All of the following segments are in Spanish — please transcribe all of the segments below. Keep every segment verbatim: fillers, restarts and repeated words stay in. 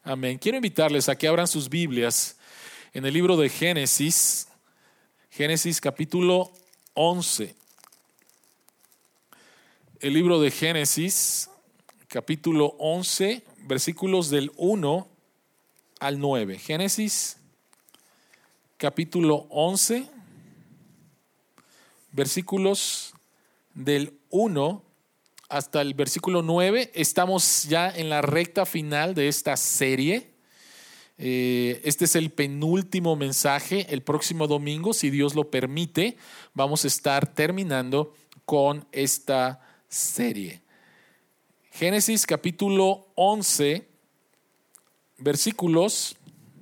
Amén. Quiero invitarles a que abran sus Biblias en el libro de Génesis, Génesis capítulo once. El libro de Génesis, capítulo once, versículos del uno al nueve. Génesis, capítulo once, versículos del uno hasta el versículo nueve. Estamos ya en la recta final de esta serie. Eh, este es el penúltimo mensaje. El próximo domingo, si Dios lo permite, vamos a estar terminando con esta serie. Génesis capítulo once, versículos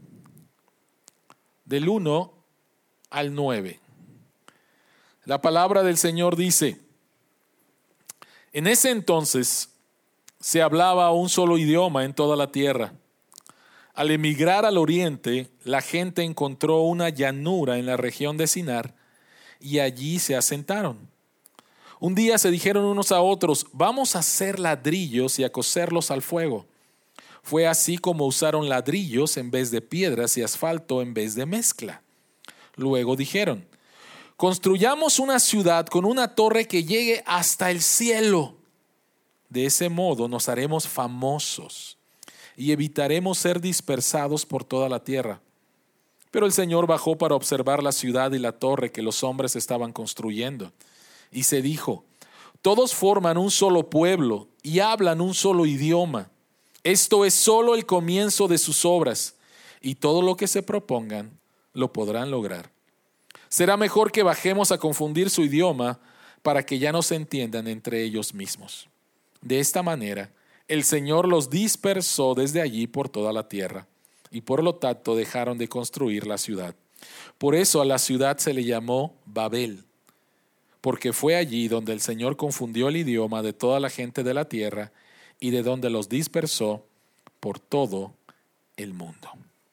del uno al nueve. La palabra del Señor dice: en ese entonces se hablaba un solo idioma en toda la tierra. Al emigrar al oriente, la gente encontró una llanura en la región de Sinar y allí se asentaron. Un día se dijeron unos a otros: vamos a hacer ladrillos y a coserlos al fuego. Fue así como usaron ladrillos en vez de piedras y asfalto en vez de mezcla. Luego dijeron: construyamos una ciudad con una torre que llegue hasta el cielo. De ese modo nos haremos famosos y evitaremos ser dispersados por toda la tierra. Pero el Señor bajó para observar la ciudad y la torre que los hombres estaban construyendo. Y se dijo: todos forman un solo pueblo y hablan un solo idioma. Esto es solo el comienzo de sus obras, y todo lo que se propongan lo podrán lograr. Será mejor que bajemos a confundir su idioma para que ya no se entiendan entre ellos mismos. De esta manera, el Señor los dispersó desde allí por toda la tierra, y por lo tanto dejaron de construir la ciudad. Por eso a la ciudad se le llamó Babel, porque fue allí donde el Señor confundió el idioma de toda la gente de la tierra y de donde los dispersó por todo el mundo.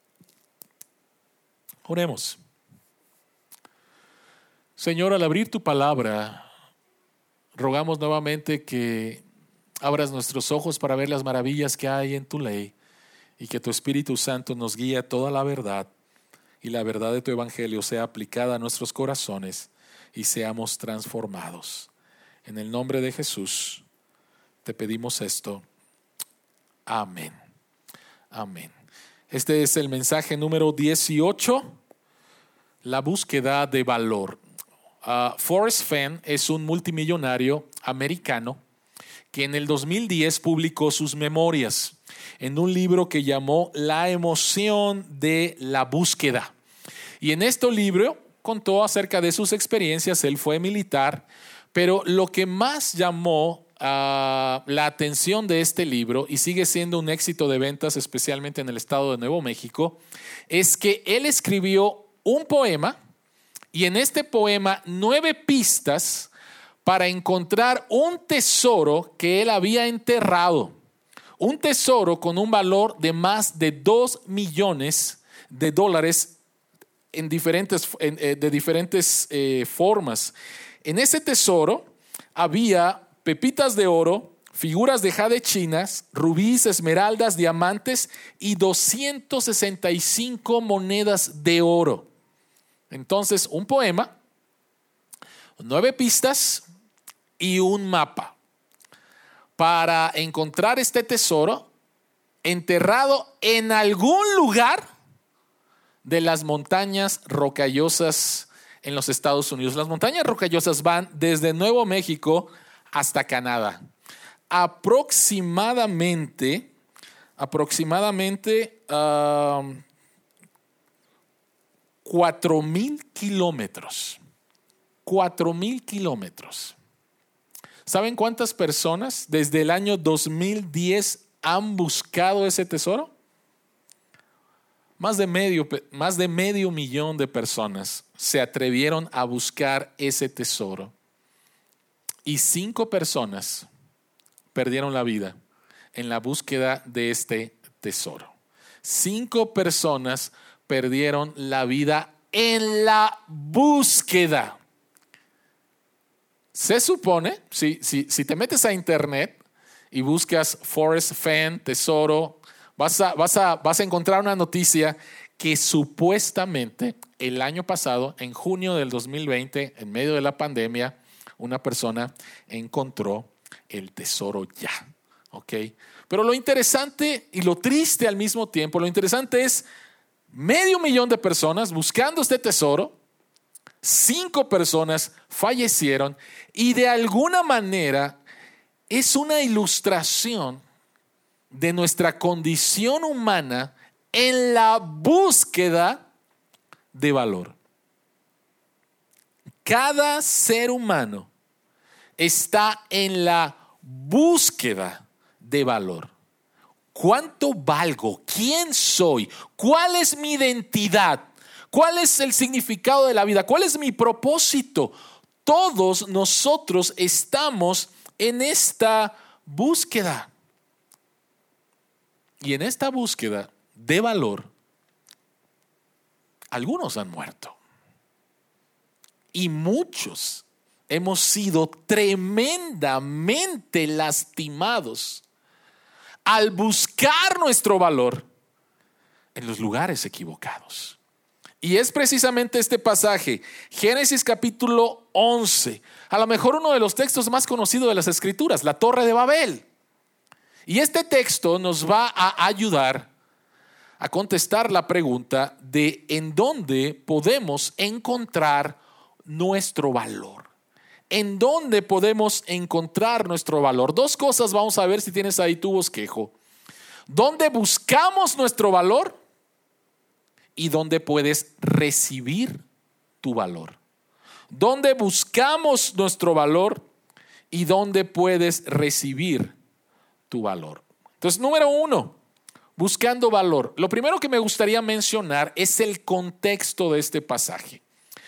Oremos. Señor, al abrir tu palabra, rogamos nuevamente que abras nuestros ojos para ver las maravillas que hay en tu ley y que tu Espíritu Santo nos guíe a toda la verdad y la verdad de tu evangelio sea aplicada a nuestros corazones y seamos transformados. En el nombre de Jesús te pedimos esto. Amén. Amén. Este es el mensaje número dieciocho, la búsqueda de valor. Uh, Forrest Fenn es un multimillonario americano que en el dos mil diez publicó sus memorias en un libro que llamó La emoción de la búsqueda. Y en este libro contó acerca de sus experiencias. Él fue militar, pero lo que más llamó uh, la atención de este libro, y sigue siendo un éxito de ventas, especialmente en el estado de Nuevo México, es que él escribió un poema. Y en este poema, nueve pistas para encontrar un tesoro que él había enterrado. Un tesoro con un valor de más de dos millones de dólares en diferentes, en, eh, de diferentes eh, formas. En ese tesoro había pepitas de oro, figuras de jade chinas, rubíes, esmeraldas, diamantes y doscientas sesenta y cinco monedas de oro. Entonces, un poema, nueve pistas y un mapa para encontrar este tesoro enterrado en algún lugar de las montañas rocallosas en los Estados Unidos. Las montañas rocallosas van desde Nuevo México hasta Canadá. Aproximadamente, aproximadamente... Uh, Cuatro mil kilómetros. Cuatro mil kilómetros. ¿Saben cuántas personas desde el año dos mil diez han buscado ese tesoro? Más de medio, más de medio millón de personas se atrevieron a buscar ese tesoro. Y cinco personas perdieron la vida en la búsqueda de este tesoro. Cinco personas perdieron la vida en la búsqueda. Se supone, si, si, si te metes a internet y buscas Forrest Fenn, tesoro, vas a, vas a, vas a encontrar una noticia que supuestamente el año pasado, en junio del dos mil veinte, en medio de la pandemia, una persona encontró el tesoro ya. ¿Ok? Pero lo interesante y lo triste al mismo tiempo, lo interesante es medio millón de personas buscando este tesoro, cinco personas fallecieron y de alguna manera es una ilustración de nuestra condición humana en la búsqueda de valor. Cada ser humano está en la búsqueda de valor. ¿Cuánto valgo? ¿Quién soy? ¿Cuál es mi identidad? ¿Cuál es el significado de la vida? ¿Cuál es mi propósito? Todos nosotros estamos en esta búsqueda. Y en esta búsqueda de valor, algunos han muerto. Y muchos hemos sido tremendamente lastimados al buscar nuestro valor en los lugares equivocados. Y es precisamente este pasaje, Génesis capítulo once, a lo mejor uno de los textos más conocidos de las Escrituras, la Torre de Babel. Y este texto nos va a ayudar a contestar la pregunta de en dónde podemos encontrar nuestro valor. ¿En dónde podemos encontrar nuestro valor? Dos cosas vamos a ver si tienes ahí tu bosquejo. ¿Dónde buscamos nuestro valor? Y dónde puedes recibir tu valor. ¿Dónde buscamos nuestro valor? Y dónde puedes recibir tu valor. Entonces, número uno, buscando valor. Lo primero que me gustaría mencionar es el contexto de este pasaje.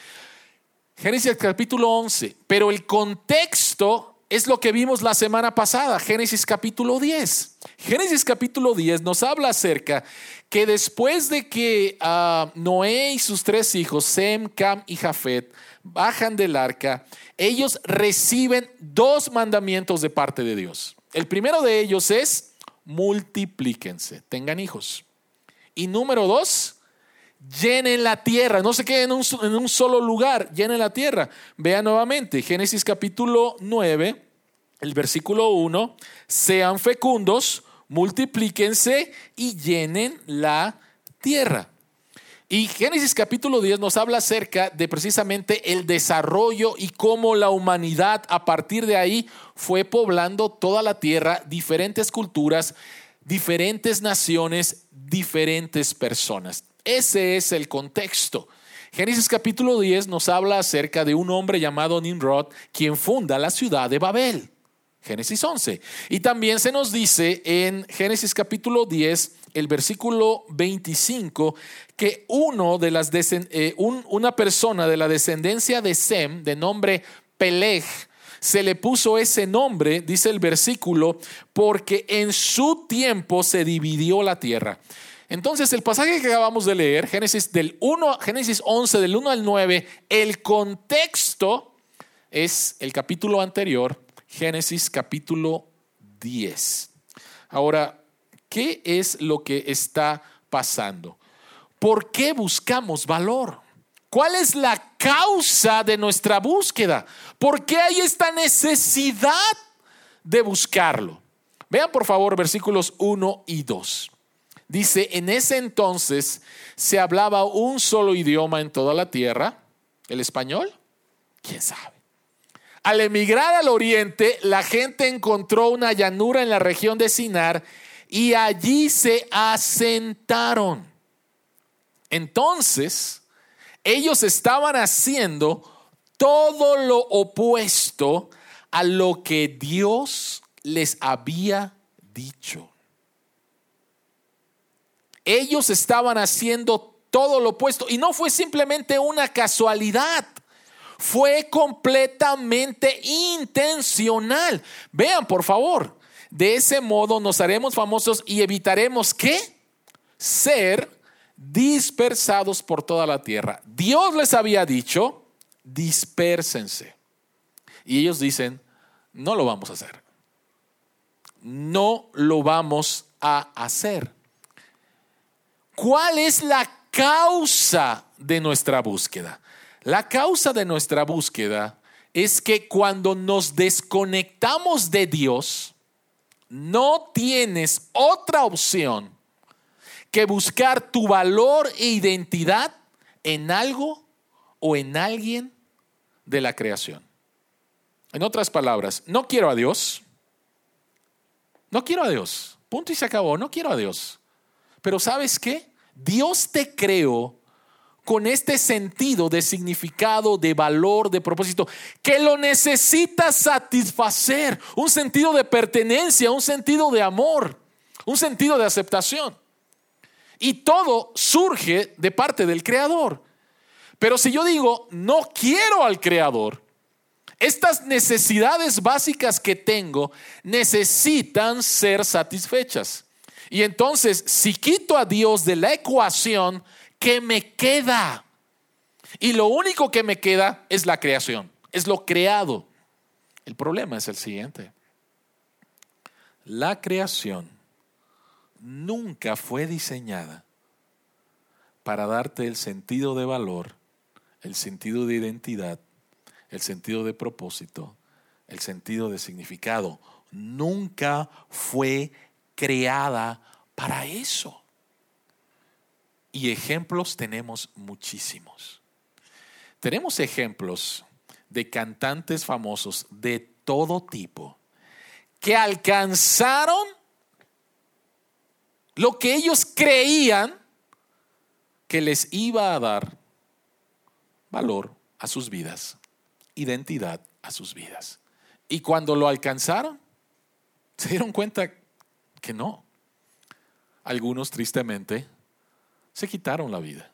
Génesis capítulo once, pero el contexto es lo que vimos la semana pasada, Génesis capítulo diez. Génesis capítulo diez nos habla acerca que después de que uh, Noé y sus tres hijos, Sem, Cam y Jafet, bajan del arca, ellos reciben dos mandamientos de parte de Dios. El primero de ellos es multiplíquense, tengan hijos. Y número dos, llenen la tierra, no se queden en un, en un solo lugar, llenen la tierra. Vean nuevamente, Génesis capítulo nueve, el versículo uno, sean fecundos, multiplíquense y llenen la tierra. Y Génesis capítulo diez nos habla acerca de precisamente el desarrollo y cómo la humanidad a partir de ahí fue poblando toda la tierra, diferentes culturas, diferentes naciones, diferentes personas. Ese es el contexto. Génesis capítulo diez nos habla acerca de un hombre llamado Nimrod, quien funda la ciudad de Babel. Génesis once. Y también se nos dice en Génesis capítulo diez, el versículo veinticinco, que uno de las eh, un, una persona de la descendencia de Sem, de nombre Peleg, se le puso ese nombre, dice el versículo, porque en su tiempo se dividió la tierra. Entonces el pasaje que acabamos de leer, Génesis, del uno, Génesis once, del uno al nueve, el contexto es el capítulo anterior, Génesis capítulo diez. Ahora, ¿qué es lo que está pasando? ¿Por qué buscamos valor? ¿Cuál es la causa de nuestra búsqueda? ¿Por qué hay esta necesidad de buscarlo? Vean por favor versículos uno y dos. Dice, en ese entonces se hablaba un solo idioma en toda la tierra. ¿El español? ¿Quién sabe? Al emigrar al oriente, la gente encontró una llanura en la región de Sinar y allí se asentaron. Entonces, ellos estaban haciendo todo lo opuesto a lo que Dios les había dicho. Ellos estaban haciendo todo lo opuesto y no fue simplemente una casualidad. Fue completamente intencional. Vean, por favor, de ese modo nos haremos famosos y evitaremos ¿qué? Ser dispersados por toda la tierra. Dios les había dicho, dispérsense. Y ellos dicen, no lo vamos a hacer. No lo vamos a hacer. ¿Cuál es la causa de nuestra búsqueda? La causa de nuestra búsqueda es que cuando nos desconectamos de Dios, no tienes otra opción que buscar tu valor e identidad en algo o en alguien de la creación. En otras palabras, no quiero a Dios. No quiero a Dios. Punto y se acabó. No quiero a Dios. Pero ¿sabes qué? Dios te creó con este sentido de significado, de valor, de propósito, que lo necesitas satisfacer. Un sentido de pertenencia, un sentido de amor, un sentido de aceptación. Y todo surge de parte del Creador. Pero si yo digo, no quiero al Creador, estas necesidades básicas que tengo necesitan ser satisfechas. Y entonces, si quito a Dios de la ecuación, ¿qué me queda? Y lo único que me queda es la creación, es lo creado. El problema es el siguiente. La creación nunca fue diseñada para darte el sentido de valor, el sentido de identidad, el sentido de propósito, el sentido de significado. Nunca fue creada para eso. Y ejemplos tenemos muchísimos. Tenemos ejemplos de cantantes famosos de todo tipo que alcanzaron lo que ellos creían que les iba a dar valor a sus vidas, identidad a sus vidas. Y cuando lo alcanzaron, se dieron cuenta que no. Algunos, tristemente, se quitaron la vida.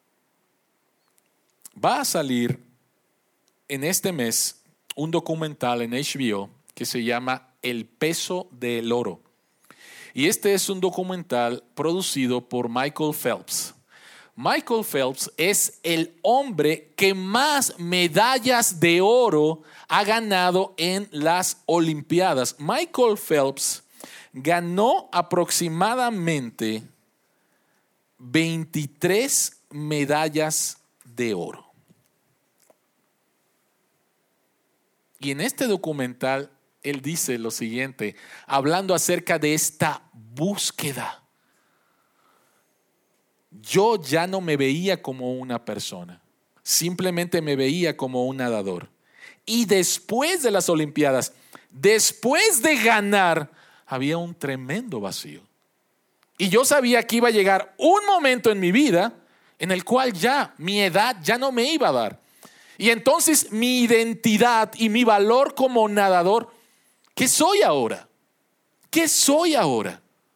Va a salir en este mes un documental en H B O que se llama El peso del oro. Y este es un documental producido por Michael Phelps. Michael Phelps es el hombre que más medallas de oro ha ganado en las Olimpiadas. Michael Phelps ganó aproximadamente veintitrés medallas de oro. Y en este documental él dice lo siguiente, hablando acerca de esta búsqueda. Yo ya no me veía como una persona, simplemente me veía como un nadador. Y después de las Olimpiadas, después de ganar, había un tremendo vacío. Y yo sabía que iba a llegar un momento en mi vida en el cual ya mi edad ya no me iba a dar. Y entonces mi identidad y mi valor como nadador, ¿qué soy ahora? ¿Qué soy ahora?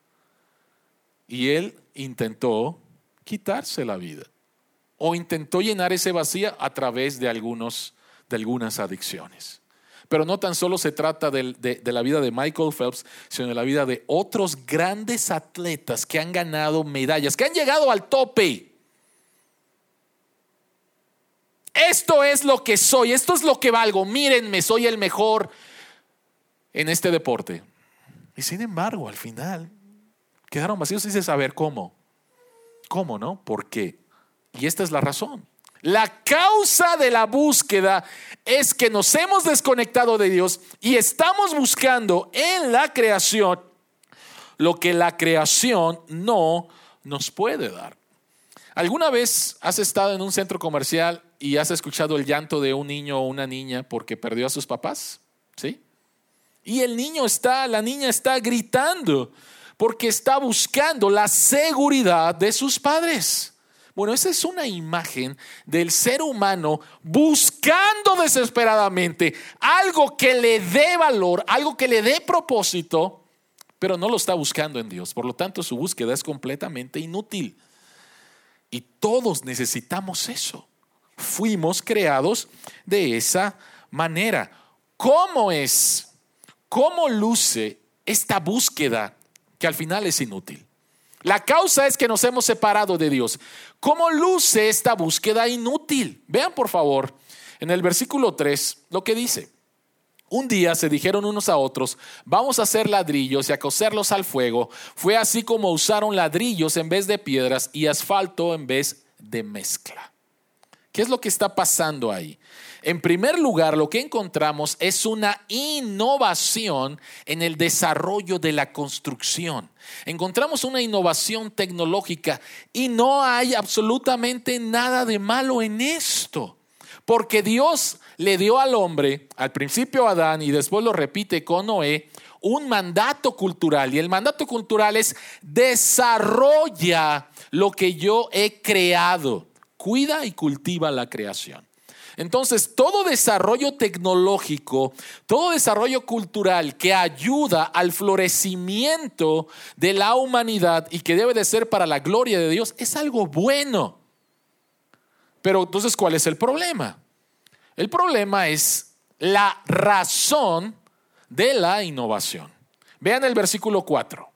Y él intentó quitarse la vida o intentó llenar ese vacío a través de, algunos, de algunas adicciones. Pero no tan solo se trata de, de, de la vida de Michael Phelps, sino de la vida de otros grandes atletas que han ganado medallas, que han llegado al tope. Esto es lo que soy, esto es lo que valgo, mírenme, soy el mejor en este deporte. Y sin embargo, al final, quedaron vacíos y dices, a ver, ¿cómo? ¿Cómo, no? ¿Por qué? Y esta es la razón. La causa de la búsqueda es que nos hemos desconectado de Dios y estamos buscando en la creación lo que la creación no nos puede dar. ¿Alguna vez has estado en un centro comercial y has escuchado el llanto de un niño o una niña porque perdió a sus papás? ¿Sí? Y el niño está, la niña está gritando porque está buscando la seguridad de sus padres. Bueno, esa es una imagen del ser humano buscando desesperadamente algo que le dé valor, algo que le dé propósito, pero no lo está buscando en Dios. Por lo tanto, su búsqueda es completamente inútil. Y todos necesitamos eso. Fuimos creados de esa manera. ¿Cómo es? ¿Cómo luce esta búsqueda que al final es inútil? La causa es que nos hemos separado de Dios. ¿Cómo luce esta búsqueda inútil? Vean por favor en el versículo tres lo que dice. Un día se dijeron unos a otros, vamos a hacer ladrillos y a cocerlos al fuego. Fue así como usaron ladrillos en vez de piedras y asfalto en vez de mezcla. ¿Qué es lo que está pasando ahí? En primer lugar, lo que encontramos es una innovación en el desarrollo de la construcción. Encontramos una innovación tecnológica y no hay absolutamente nada de malo en esto. Porque Dios le dio al hombre, al principio a Adán y después lo repite con Noé, un mandato cultural. Y el mandato cultural es: desarrolla lo que yo he creado. Cuida y cultiva la creación. Entonces, todo desarrollo tecnológico, todo desarrollo cultural que ayuda al florecimiento de la humanidad y que debe de ser para la gloria de Dios, es algo bueno. Pero entonces, ¿cuál es el problema? El problema es la razón de la innovación. Vean el versículo cuatro.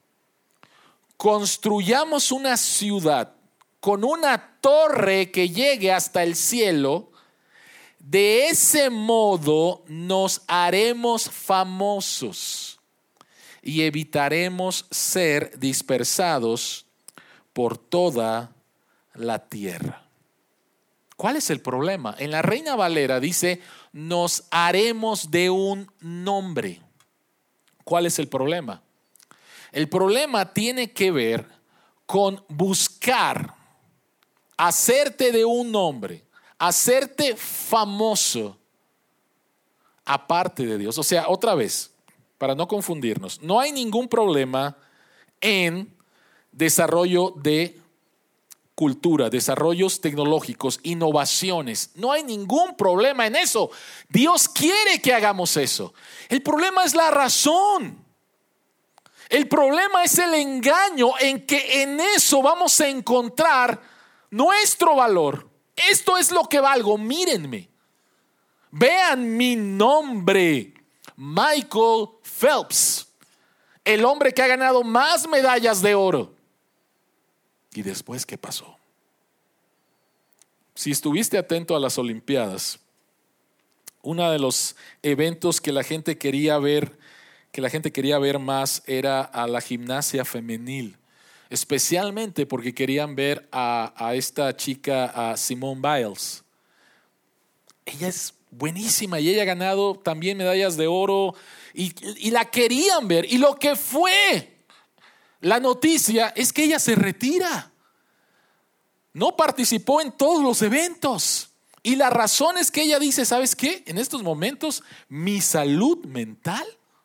Construyamos una ciudad con una torre que llegue hasta el cielo. De ese modo nos haremos famosos y evitaremos ser dispersados por toda la tierra. ¿Cuál es el problema? En la Reina Valera dice, nos haremos de un nombre. ¿Cuál es el problema? El problema tiene que ver con buscar hacerte de un nombre, hacerte famoso aparte de Dios. O sea, otra vez, para no confundirnos, no hay ningún problema en desarrollo de cultura, desarrollos tecnológicos, innovaciones. No hay ningún problema en eso. Dios quiere que hagamos eso. El problema es la razón. El problema es el engaño en que en eso vamos a encontrar nuestro valor. Esto es lo que valgo, mírenme. Vean mi nombre, Michael Phelps, el hombre que ha ganado más medallas de oro. ¿Y después qué pasó? Si estuviste atento a las Olimpiadas, uno de los eventos que la gente quería ver, que la gente quería ver más era a la gimnasia femenil. Especialmente porque querían ver a, a esta chica, a Simone Biles. Ella es buenísima y ella ha ganado también medallas de oro y, y la querían ver. Y lo que fue la noticia es que ella se retira. No participó en todos los eventos. Y la razón es que ella dice, ¿sabes qué? En estos momentos mi salud mental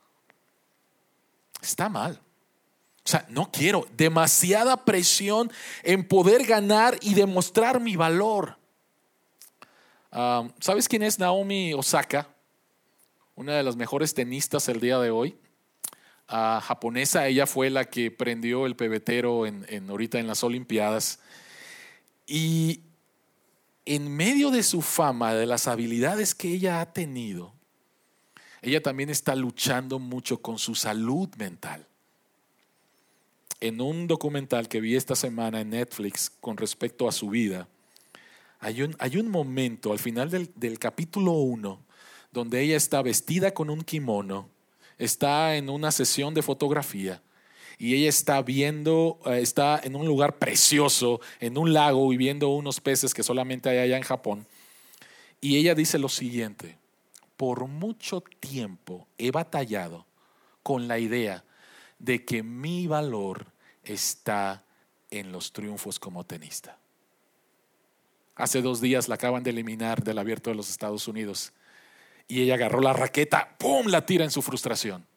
está mal. O sea, no quiero demasiada presión en poder ganar y demostrar mi valor. Um, ¿Sabes quién es Naomi Osaka? Una de las mejores tenistas el día de hoy. Uh, japonesa, ella fue la que prendió el pebetero en, en, ahorita en las Olimpiadas. Y en medio de su fama, de las habilidades que ella ha tenido, ella también está luchando mucho con su salud mental. En un documental que vi esta semana en Netflix con respecto a su vida, hay un, hay un momento al final del, del capítulo uno donde ella está vestida con un kimono, está en una sesión de fotografía y ella está viendo, está en un lugar precioso, en un lago y viendo unos peces que solamente hay allá en Japón. Y ella dice lo siguiente: por mucho tiempo he batallado con la idea de que mi valor está en los triunfos como tenista. Hace dos días la acaban de eliminar del Abierto de los Estados Unidos y ella agarró la raqueta, ¡pum!, la tira en su frustración.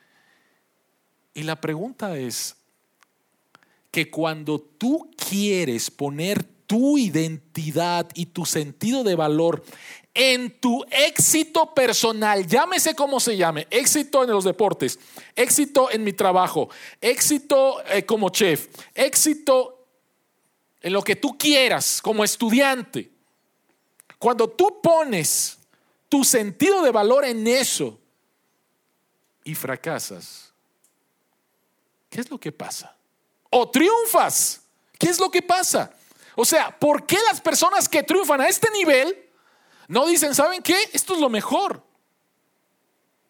Y la pregunta es que cuando tú quieres poner tu identidad y tu sentido de valor en tu éxito personal, llámese como se llame, éxito en los deportes, éxito en mi trabajo, éxito eh, como chef, éxito en lo que tú quieras como estudiante. Cuando tú pones tu sentido de valor en eso y fracasas, ¿qué es lo que pasa? O triunfas, ¿qué es lo que pasa? O sea, ¿por qué las personas que triunfan a este nivel no dicen, ¿saben qué? Esto es lo mejor?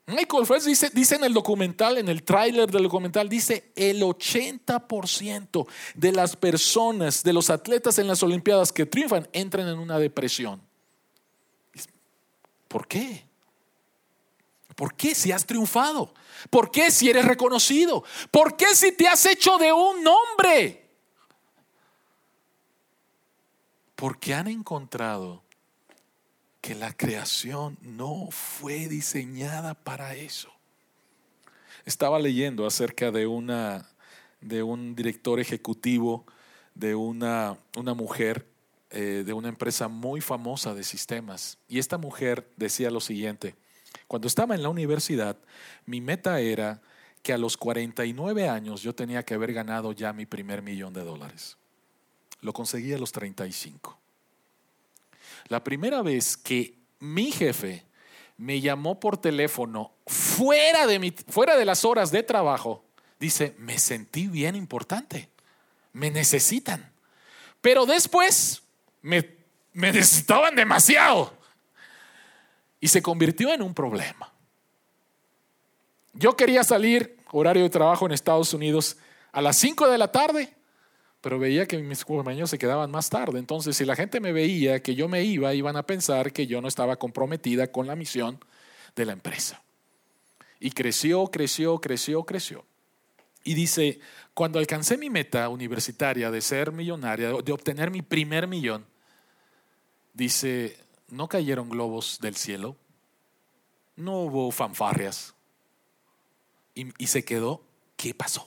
Michael Phelps dice, dice en el documental, en el tráiler del documental, dice el ochenta por ciento de las personas, de los atletas en las Olimpiadas que triunfan, entran en una depresión. ¿Por qué? ¿Por qué si has triunfado? ¿Por qué si eres reconocido? ¿Por qué si te has hecho de un nombre? Porque han encontrado que la creación no fue diseñada para eso. Estaba leyendo acerca de una de un director ejecutivo de una, una mujer eh, de una empresa muy famosa de sistemas. Y esta mujer decía lo siguiente: cuando estaba en la universidad, mi meta era que a los cuarenta y nueve años yo tenía que haber ganado ya mi primer millón de dólares. Lo conseguí a los treinta y cinco. La primera vez que mi jefe me llamó por teléfono fuera de, mi, fuera de las horas de trabajo, dice, me sentí bien importante, me necesitan. Pero después me, me necesitaban demasiado y se convirtió en un problema. Yo quería salir, horario de trabajo en Estados Unidos, a las cinco de la tarde, pero veía que mis compañeros se quedaban más tarde. Entonces, si la gente me veía que yo me iba, iban a pensar que yo no estaba comprometida con la misión de la empresa. Y creció, creció, creció, creció. Y dice, cuando alcancé mi meta universitaria de ser millonaria, de obtener mi primer millón, dice, no cayeron globos del cielo, no hubo fanfarrias. Y, y se quedó, ¿qué pasó?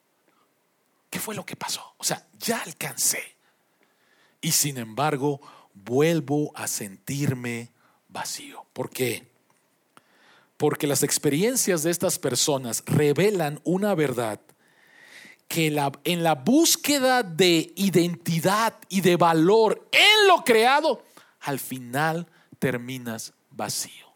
¿Qué fue lo que pasó? O sea, ya alcancé. Y sin embargo, vuelvo a sentirme vacío. ¿Por qué? Porque las experiencias de estas personas revelan una verdad que la, en la búsqueda de identidad y de valor en lo creado, al final terminas vacío.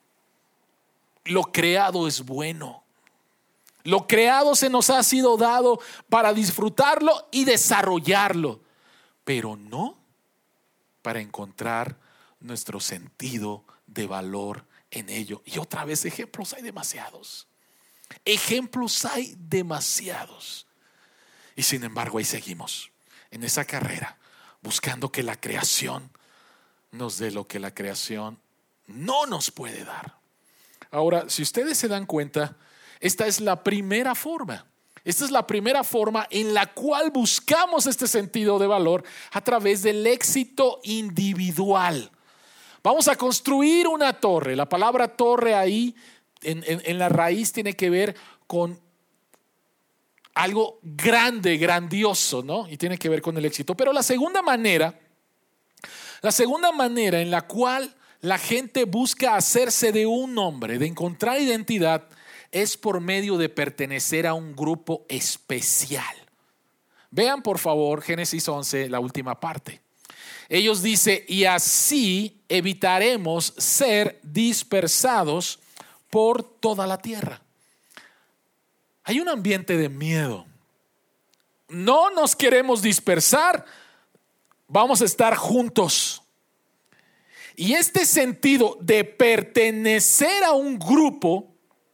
Lo creado es bueno. Lo creado se nos ha sido dado para disfrutarlo y desarrollarlo, pero no para encontrar nuestro sentido de valor en ello. Y otra vez, ejemplos hay demasiados. Ejemplos hay demasiados. Y sin embargo, ahí seguimos en esa carrera, buscando que la creación nos dé lo que la creación no nos puede dar. Ahora, si ustedes se dan cuenta, esta es la primera forma. Esta es la primera forma en la cual buscamos este sentido de valor a través del éxito individual. Vamos a construir una torre. La palabra torre ahí en, en, en la raíz tiene que ver con algo grande, grandioso, ¿no? Y tiene que ver con el éxito. Pero la segunda manera, la segunda manera en la cual la gente busca hacerse de un nombre, de encontrar identidad, es por medio de pertenecer a un grupo especial. Vean por favor Génesis once, la última parte. Ellos dicen, y así evitaremos ser dispersados por toda la tierra. Hay un ambiente de miedo. No nos queremos dispersar, vamos a estar juntos. Y este sentido de pertenecer a un grupo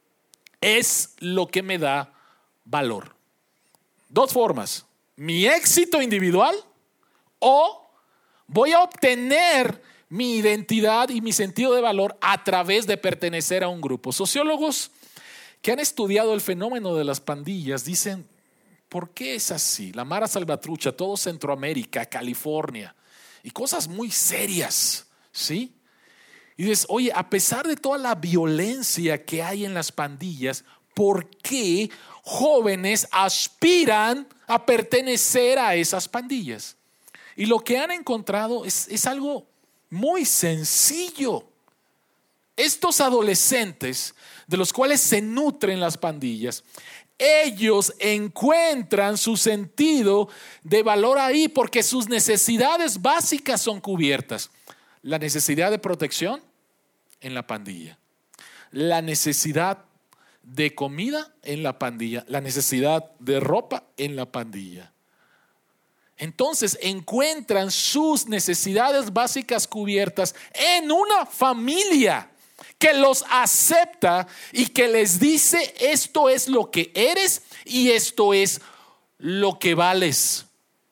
es lo que me da valor. Dos formas: mi éxito individual o voy a obtener mi identidad y mi sentido de valor a través de pertenecer a un grupo. Sociólogos que han estudiado el fenómeno de las pandillas dicen, ¿por qué es así? La Mara Salvatrucha, todo Centroamérica, California y cosas muy serias, ¿sí? Y dices, oye, a pesar de toda la violencia que hay en las pandillas, ¿por qué jóvenes aspiran a pertenecer a esas pandillas? Y lo que han encontrado es, es algo muy sencillo. Estos adolescentes de los cuales se nutren las pandillas, ellos encuentran su sentido de valor ahí porque sus necesidades básicas son cubiertas. La necesidad de protección en la pandilla, la necesidad de comida en la pandilla, la necesidad de ropa en la pandilla. Entonces encuentran sus necesidades básicas cubiertas en una familia que los acepta y que les dice: esto es lo que eres y esto es lo que vales.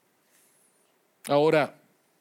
Ahora,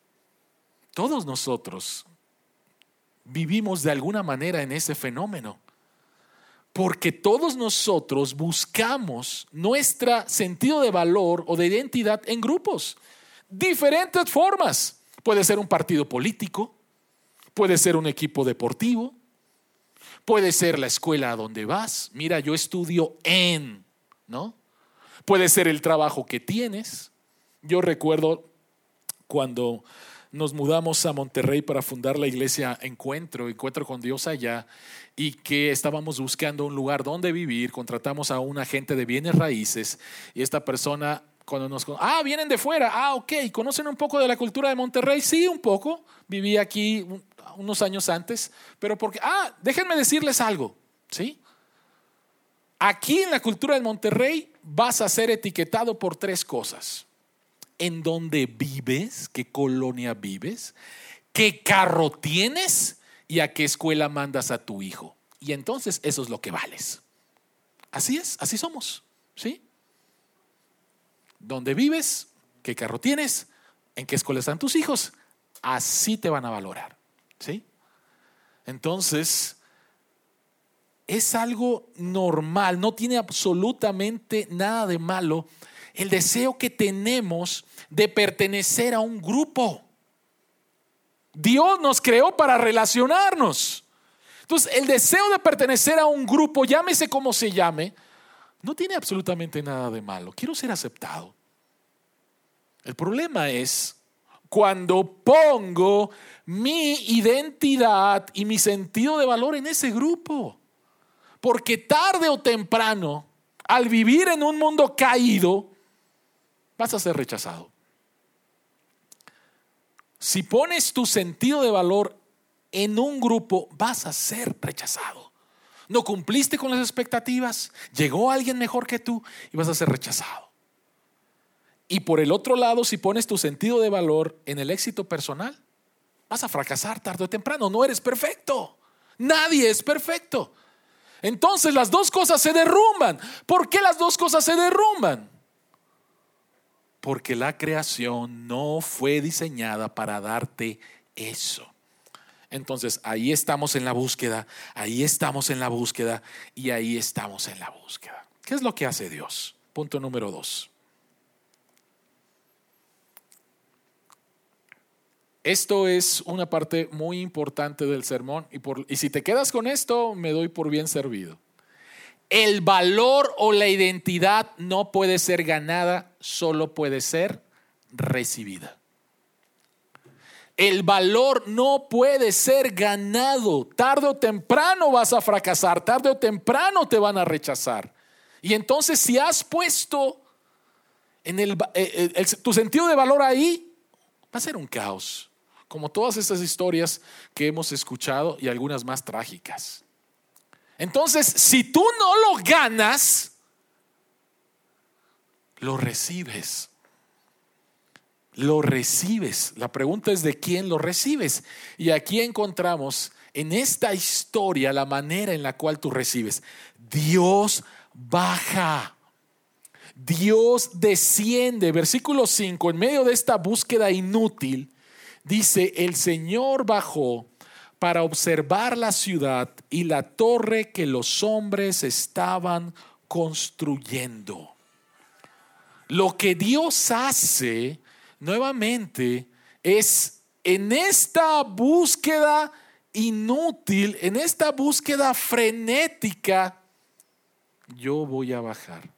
todos nosotros vivimos de alguna manera en ese fenómeno, porque todos nosotros buscamos nuestro sentido de valor o de identidad en grupos, diferentes formas. Puede ser un partido político, puede ser un equipo deportivo, puede ser la escuela a donde vas. Mira, yo estudio en, ¿no? Puede ser el trabajo que tienes. Yo recuerdo cuando nos mudamos a Monterrey para fundar la iglesia Encuentro, Encuentro con Dios allá, y que estábamos buscando un lugar donde vivir. Contratamos a un agente de bienes raíces y esta persona, cuando nos... Ah, vienen de fuera. Ah, ok. ¿Conocen un poco de la cultura de Monterrey? Sí, un poco. Viví aquí unos años antes, pero porque... Ah, déjenme decirles algo, ¿sí? Aquí en la cultura de Monterrey vas a ser etiquetado por tres cosas: en dónde vives, qué colonia vives, qué carro tienes y a qué escuela mandas a tu hijo. Y entonces eso es lo que vales. Así es, así somos, ¿sí? ¿Dónde vives? ¿Qué carro tienes? ¿En qué escuela están tus hijos? Así te van a valorar, ¿sí? Entonces, es algo normal, no tiene absolutamente nada de malo el deseo que tenemos de pertenecer a un grupo. Dios nos creó para relacionarnos. Entonces, el deseo de pertenecer a un grupo, llámese como se llame, no tiene absolutamente nada de malo. Quiero ser aceptado. El problema es cuando pongo mi identidad y mi sentido de valor en ese grupo. Porque tarde o temprano, al vivir en un mundo caído, vas a ser rechazado. Si pones tu sentido de valor en un grupo, vas a ser rechazado. No cumpliste con las expectativas, llegó alguien mejor que tú y vas a ser rechazado. Y por el otro lado, si pones tu sentido de valor en el éxito personal, vas a fracasar tarde o temprano. No eres perfecto. Nadie es perfecto. Entonces las dos cosas se derrumban. ¿Por qué las dos cosas se derrumban? Porque la creación no fue diseñada para darte eso. Entonces ahí estamos en la búsqueda, ahí estamos en la búsqueda y ahí estamos en la búsqueda. ¿Qué es lo que hace Dios? Punto número dos. Esto es una parte muy importante del sermón y, por, y si te quedas con esto, me doy por bien servido. El valor o la identidad no puede ser ganada, solo puede ser recibida. El valor no puede ser ganado. Tarde o temprano vas a fracasar, tarde o temprano te van a rechazar. Y entonces si has puesto en el, el, el, tu sentido de valor ahí, va a ser un caos. Como todas estas historias que hemos escuchado y algunas más trágicas. Entonces, si tú no lo ganas, lo recibes. Lo recibes. La pregunta es de quién lo recibes. Y aquí encontramos en esta historia la manera en la cual tú recibes. Dios baja. Dios desciende. Versículo cinco, en medio de esta búsqueda inútil, dice: el Señor bajó para observar la ciudad y la torre que los hombres estaban construyendo. Lo que Dios hace nuevamente es en esta búsqueda inútil, en esta búsqueda frenética, yo voy a bajar.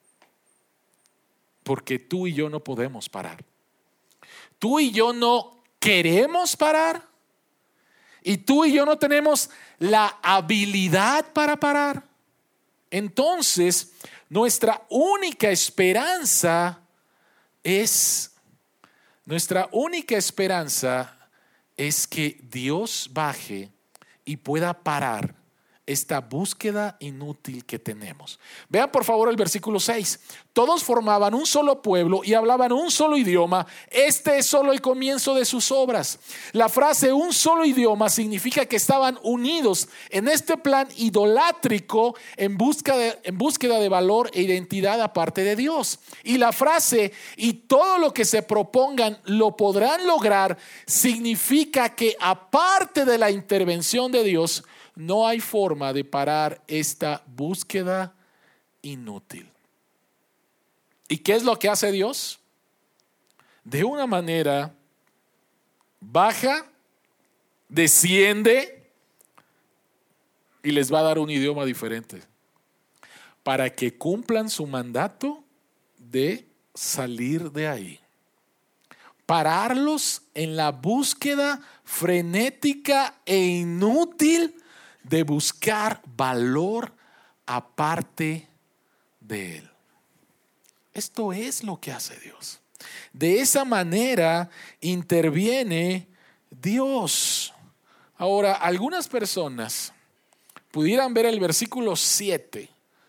Porque tú y yo no podemos parar. Tú y yo no queremos parar. Y tú y yo no tenemos la habilidad para parar. Entonces, nuestra única esperanza es, nuestra única esperanza es que Dios baje y pueda parar esta búsqueda inútil que tenemos. Vean por favor el versículo seis. Todos formaban un solo pueblo y hablaban un solo idioma. Este es solo el comienzo de sus obras. La frase un solo idioma significa que estaban unidos en este plan idolátrico en búsqueda de, en búsqueda de valor e identidad aparte de Dios. Y la frase y todo lo que se propongan lo podrán lograr significa que aparte de la intervención de Dios, no hay forma de parar esta búsqueda inútil. ¿Y qué es lo que hace Dios? De una manera baja, desciende y les va a dar un idioma diferente para que cumplan su mandato de salir de ahí. Pararlos en la búsqueda frenética e inútil de buscar valor aparte de Él. Esto es lo que hace Dios. De esa manera interviene Dios. Ahora, algunas personas pudieran ver el versículo siete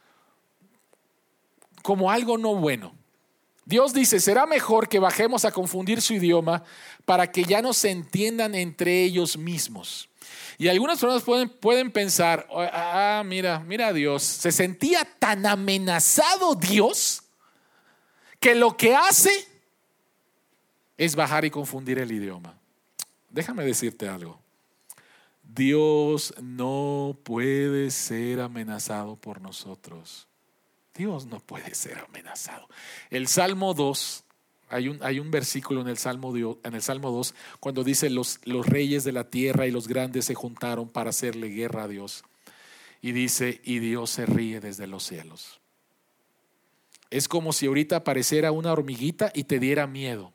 como algo no bueno. Dios dice, será mejor que bajemos a confundir su idioma para que ya no se entiendan entre ellos mismos. Y algunas personas pueden, pueden pensar, ah, mira, mira a Dios, se sentía tan amenazado Dios que lo que hace es bajar y confundir el idioma. Déjame decirte algo. Dios no puede ser amenazado por nosotros. Dios no puede ser amenazado. El Salmo dos, hay un, hay un versículo en el Salmo, en el Salmo dos cuando dice los, los reyes de la tierra y los grandes se juntaron para hacerle guerra a Dios. Y dice, y Dios se ríe desde los cielos. Es como si ahorita apareciera una hormiguita y te diera miedo.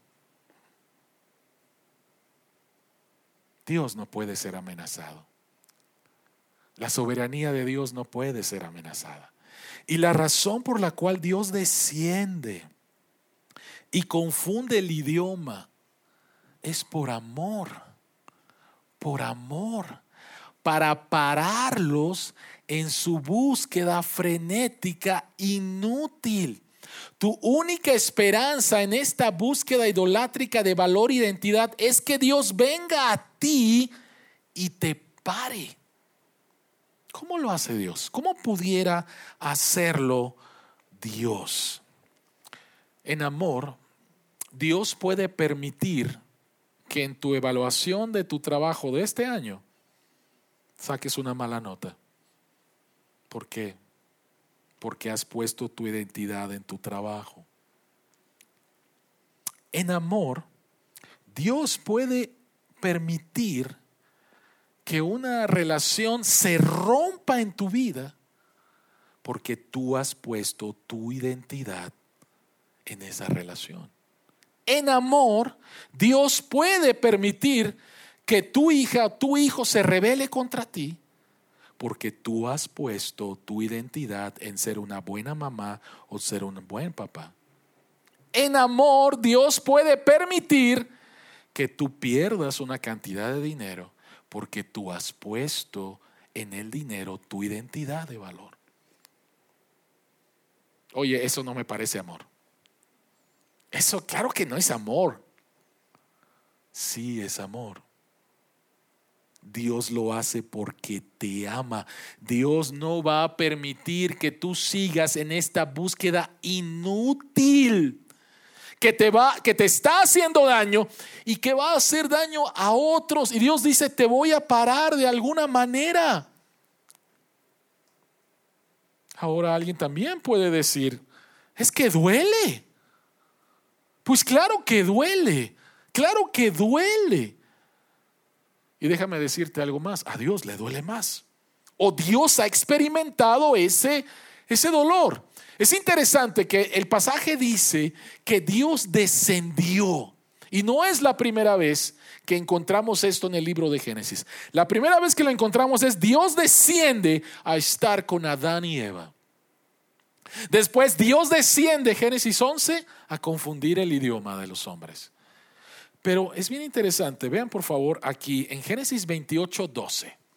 Dios no puede ser amenazado. La soberanía de Dios no puede ser amenazada. Y la razón por la cual Dios desciende y confunde el idioma es por amor, por amor, para pararlos en su búsqueda frenética inútil. Tu única esperanza en esta búsqueda idolátrica de valor e identidad es que Dios venga a ti y te pare. ¿Cómo lo hace Dios? ¿Cómo pudiera hacerlo Dios? En amor, Dios puede permitir que en tu evaluación de tu trabajo de este año saques una mala nota. ¿Por qué? Porque has puesto tu identidad en tu trabajo. En amor, Dios puede permitir que una relación se rompa en tu vida porque tú has puesto tu identidad en esa relación. En amor, Dios puede permitir que tu hija o tu hijo se rebele contra ti porque tú has puesto tu identidad en ser una buena mamá o ser un buen papá. En amor, Dios puede permitir que tú pierdas una cantidad de dinero porque tú has puesto en el dinero tu identidad de valor. Oye, eso no me parece amor. Eso claro que no es amor. Sí es amor. Dios lo hace porque te ama. Dios no va a permitir que tú sigas en esta búsqueda inútil que te va, que te está haciendo daño y que va a hacer daño a otros. Y Dios dice, te voy a parar de alguna manera. Ahora alguien también puede decir, es que duele. Pues claro que duele, claro que duele. Y déjame decirte algo más, a Dios le duele más. O Dios ha experimentado ese, ese dolor. Es interesante que el pasaje dice que Dios descendió. Y no es la primera vez que encontramos esto en el libro de Génesis. La primera vez que lo encontramos es Dios desciende a estar con Adán y Eva. Después Dios desciende, Génesis once, a confundir el idioma de los hombres. Pero es bien interesante, vean por favor aquí en Génesis veintiocho doce.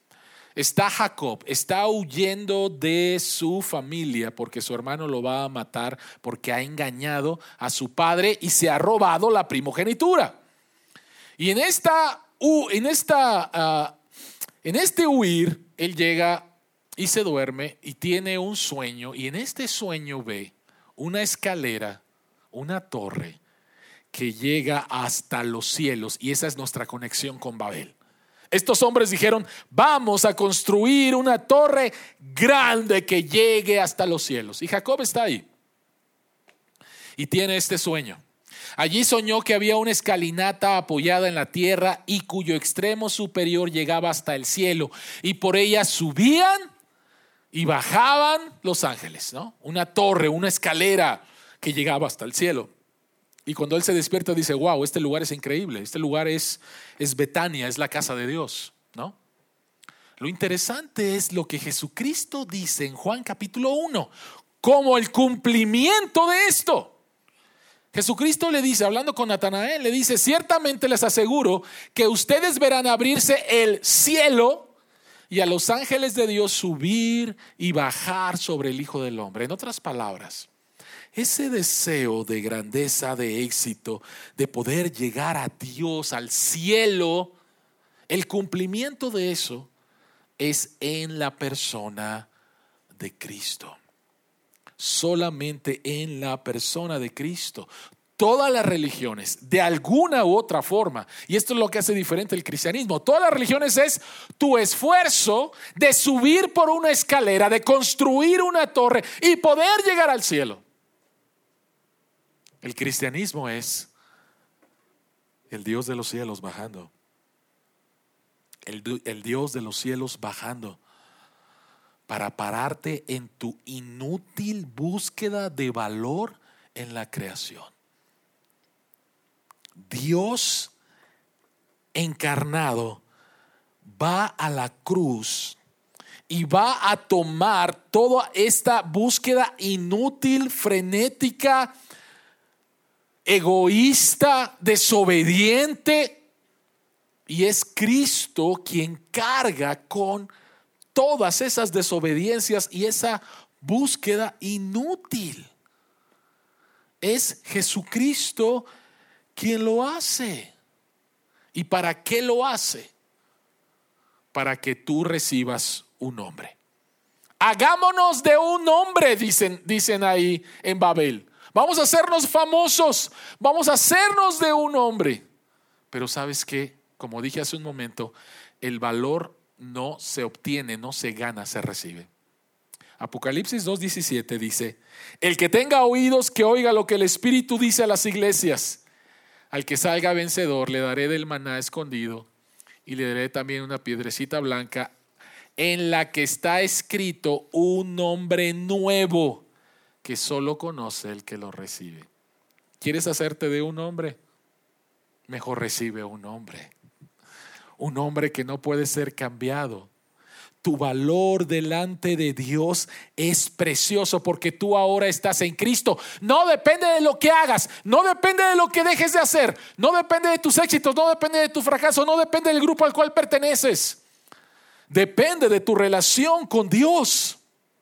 está Jacob, está huyendo de su familia porque su hermano lo va a matar porque ha engañado a su padre y se ha robado la primogenitura. Y en esta, en esta, uh, en este huir, él llega y se duerme y tiene un sueño, y en este sueño ve una escalera, una torre que llega hasta los cielos, y esa es nuestra conexión con Babel. Estos hombres dijeron: vamos a construir una torre grande que llegue hasta los cielos. Y Jacob está ahí y tiene este sueño. Allí soñó que había una escalinata apoyada en la tierra y cuyo extremo superior llegaba hasta el cielo, y por ella subían y bajaban los ángeles, ¿no? Una torre, una escalera que llegaba hasta el cielo. Y cuando él se despierta dice: wow, este lugar es increíble, este lugar es, es Betania, es la casa de Dios, ¿no? Lo interesante es lo que Jesucristo dice en Juan capítulo uno, como el cumplimiento de esto. Jesucristo le dice, hablando con Natanael, le dice: ciertamente les aseguro que ustedes verán abrirse el cielo y a los ángeles de Dios subir y bajar sobre el Hijo del Hombre. En otras palabras, ese deseo de grandeza, de éxito, de poder llegar a Dios, al cielo, el cumplimiento de eso es en la persona de Cristo. Solamente en la persona de Cristo. Todas las religiones, de alguna u otra forma, y esto es lo que hace diferente el cristianismo, todas las religiones es tu esfuerzo de subir por una escalera, de construir una torre y poder llegar al cielo. El cristianismo es el Dios de los cielos bajando. El, el Dios de los cielos bajando para pararte en tu inútil búsqueda de valor en la creación. Dios encarnado va a la cruz y va a tomar toda esta búsqueda inútil, frenética, egoísta, desobediente, y es Cristo quien carga con todas esas desobediencias y esa búsqueda inútil. Es Jesucristo quien lo hace. ¿Y para qué lo hace? Para que tú recibas un nombre. Hagámonos de un nombre, dicen, dicen ahí en Babel. Vamos a hacernos famosos, vamos a hacernos de un nombre. Pero ¿sabes qué? Como dije hace un momento, el valor no se obtiene, no se gana, se recibe. Apocalipsis dos diecisiete dice: el que tenga oídos que oiga lo que el Espíritu dice a las iglesias. Al que salga vencedor le daré del maná escondido y le daré también una piedrecita blanca en la que está escrito un nombre nuevo que solo conoce el que lo recibe. ¿Quieres hacerte de un hombre? Mejor recibe un hombre. Un hombre que no puede ser cambiado. Tu valor delante de Dios es precioso porque tú ahora estás en Cristo. No depende de lo que hagas, no depende de lo que dejes de hacer, no depende de tus éxitos, no depende de tu fracaso, no depende del grupo al cual perteneces. Depende de tu relación con Dios.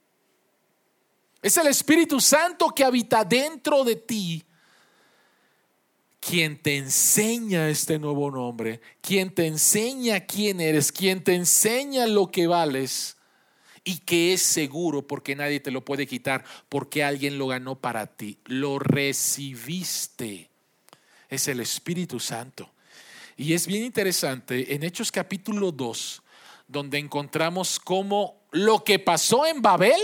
Es el Espíritu Santo que habita dentro de ti quien te enseña este nuevo nombre, quien te enseña quién eres, quien te enseña lo que vales y que es seguro porque nadie te lo puede quitar, porque alguien lo ganó para ti, lo recibiste. Es el Espíritu Santo. Y es bien interesante en Hechos capítulo dos, donde encontramos cómo lo que pasó en Babel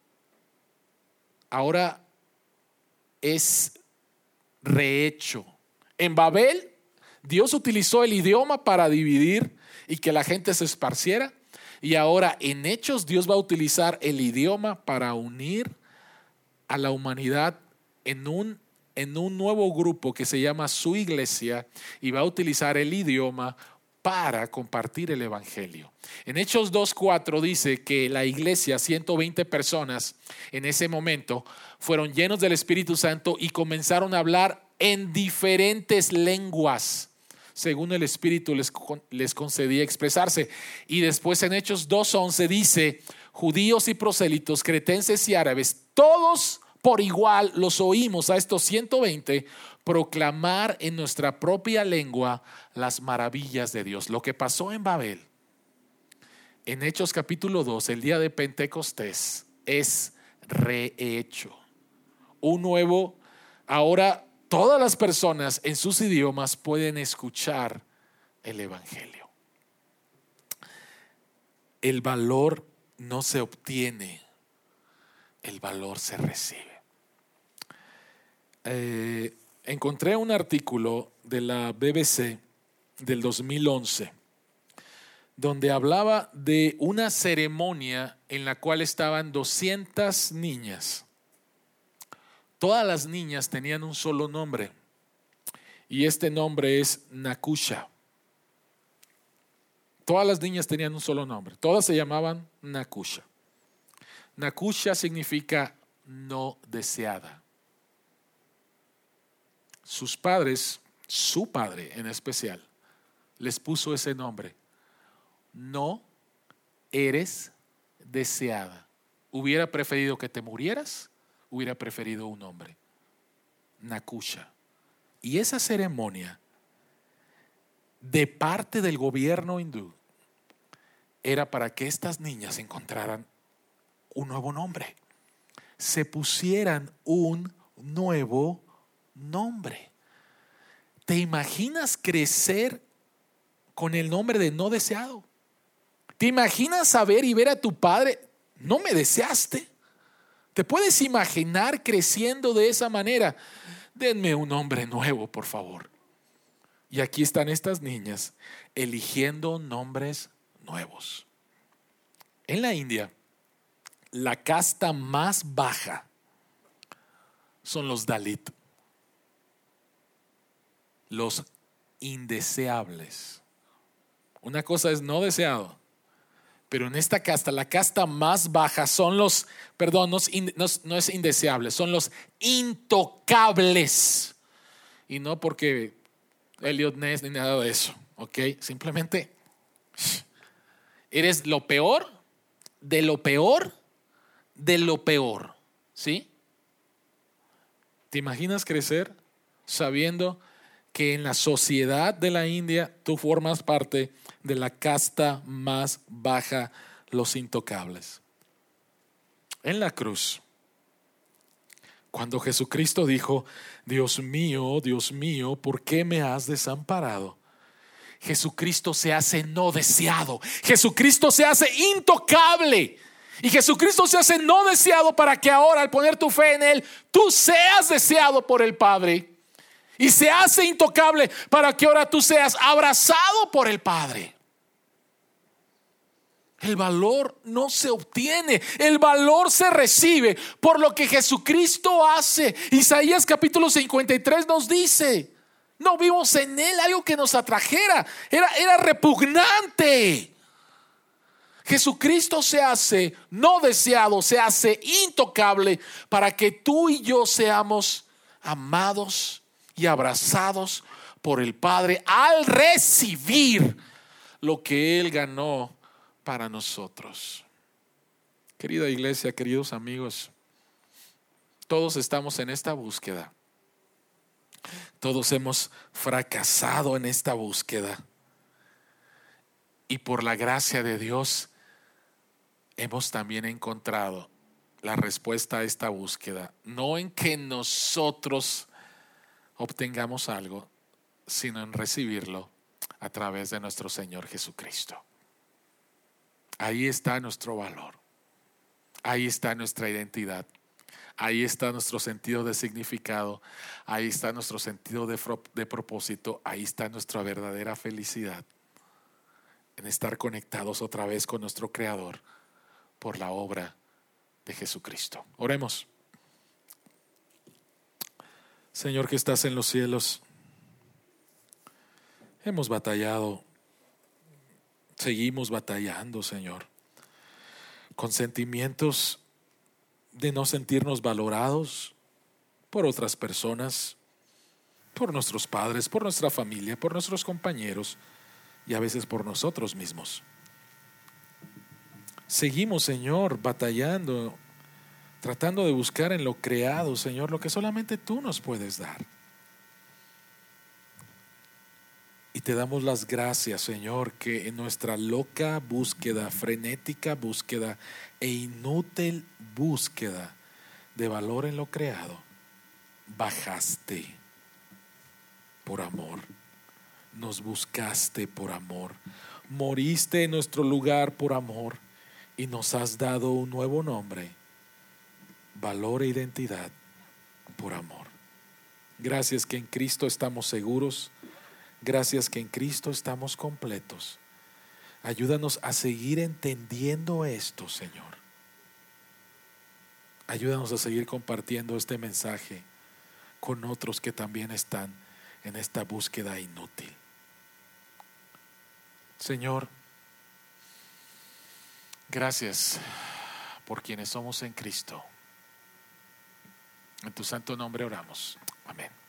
ahora es rehecho. En Babel, Dios utilizó el idioma para dividir y que la gente se esparciera. Y ahora en Hechos, Dios va a utilizar el idioma para unir a la humanidad en un, en un nuevo grupo que se llama su iglesia, y va a utilizar el idioma para compartir el evangelio. En Hechos dos cuatro dice que la iglesia, ciento veinte personas en ese momento, fueron llenos del Espíritu Santo y comenzaron a hablar en diferentes lenguas según el Espíritu les, les concedía expresarse. Y después en Hechos dos once dice: judíos y prosélitos, cretenses y árabes, todos por igual los oímos a estos ciento veinte proclamar en nuestra propia lengua las maravillas de Dios. Lo que pasó en Babel, en Hechos capítulo dos, el día de Pentecostés, es rehecho. Un nuevo, ahora todas las personas en sus idiomas pueden escuchar el Evangelio. El valor no se obtiene, el valor se recibe. Eh, encontré un artículo de la B B C del dos mil once donde hablaba de una ceremonia en la cual estaban doscientas niñas. Todas las niñas tenían un solo nombre y este nombre es Nakusha. Todas las niñas tenían un solo nombre, todas se llamaban Nakusha. Nakusha significa no deseada. Sus padres, su padre en especial, les puso ese nombre. No eres deseada. Hubiera preferido que te murieras, hubiera preferido un hombre. Nakusha. Y esa ceremonia de parte del gobierno hindú era para que estas niñas encontraran un nuevo nombre, se pusieran un nuevo nombre. ¿Te imaginas crecer con el nombre de no deseado? ¿Te imaginas saber y ver a tu padre? No me deseaste. ¿Te puedes imaginar creciendo de esa manera? Denme un nombre nuevo, por favor. Y aquí están estas niñas eligiendo nombres nuevos. En la India, la casta más baja son los Dalit, los indeseables. Una cosa es no deseado, pero en esta casta, la casta más baja son los, perdón, no es, no, no es indeseable, son los intocables. Y no porque Elliot Ness ni nada de eso, ¿ok? Simplemente eres lo peor, de lo peor, de lo peor, ¿sí? ¿Te imaginas crecer sabiendo que en la sociedad de la India tú formas parte de la casta más baja, los intocables? En la cruz, cuando Jesucristo dijo: Dios mío, Dios mío, ¿por qué me has desamparado? Jesucristo se hace no deseado, Jesucristo se hace intocable. Y Jesucristo se hace no deseado para que ahora, al poner tu fe en Él, tú seas deseado por el Padre. Y se hace intocable para que ahora tú seas abrazado por el Padre. El valor no se obtiene, el valor se recibe por lo que Jesucristo hace. Isaías capítulo cincuenta y tres nos dice: no vimos en Él algo que nos atrajera, era, era repugnante. Jesucristo se hace no deseado, se hace intocable para que tú y yo seamos amados y abrazados por el Padre al recibir lo que Él ganó para nosotros. Querida iglesia, queridos amigos, todos estamos en esta búsqueda. Todos hemos fracasado en esta búsqueda. Y por la gracia de Dios hemos también encontrado la respuesta a esta búsqueda. No en que nosotros obtengamos algo, sino en recibirlo a través de nuestro Señor Jesucristo. Ahí está nuestro valor, ahí está nuestra identidad, ahí está nuestro sentido de significado, ahí está nuestro sentido de, de propósito, ahí está nuestra verdadera felicidad, en estar conectados otra vez con nuestro Creador por la obra de Jesucristo. Oremos. Señor que estás en los cielos, hemos batallado, seguimos batallando, Señor, con sentimientos de no sentirnos valorados por otras personas, por nuestros padres, por nuestra familia, por nuestros compañeros y a veces por nosotros mismos. Seguimos, Señor, batallando, tratando de buscar en lo creado, Señor, lo que solamente tú nos puedes dar. Y te damos las gracias, Señor, que en nuestra loca búsqueda, frenética búsqueda e inútil búsqueda de valor en lo creado, bajaste por amor, nos buscaste por amor, moriste en nuestro lugar por amor y nos has dado un nuevo nombre, valor e identidad por amor. Gracias que en Cristo estamos seguros. Gracias que en Cristo estamos completos. Ayúdanos a seguir entendiendo esto, Señor. Ayúdanos a seguir compartiendo este mensaje con otros que también están en esta búsqueda inútil. Señor, gracias por quienes somos en Cristo. En tu santo nombre oramos. Amén.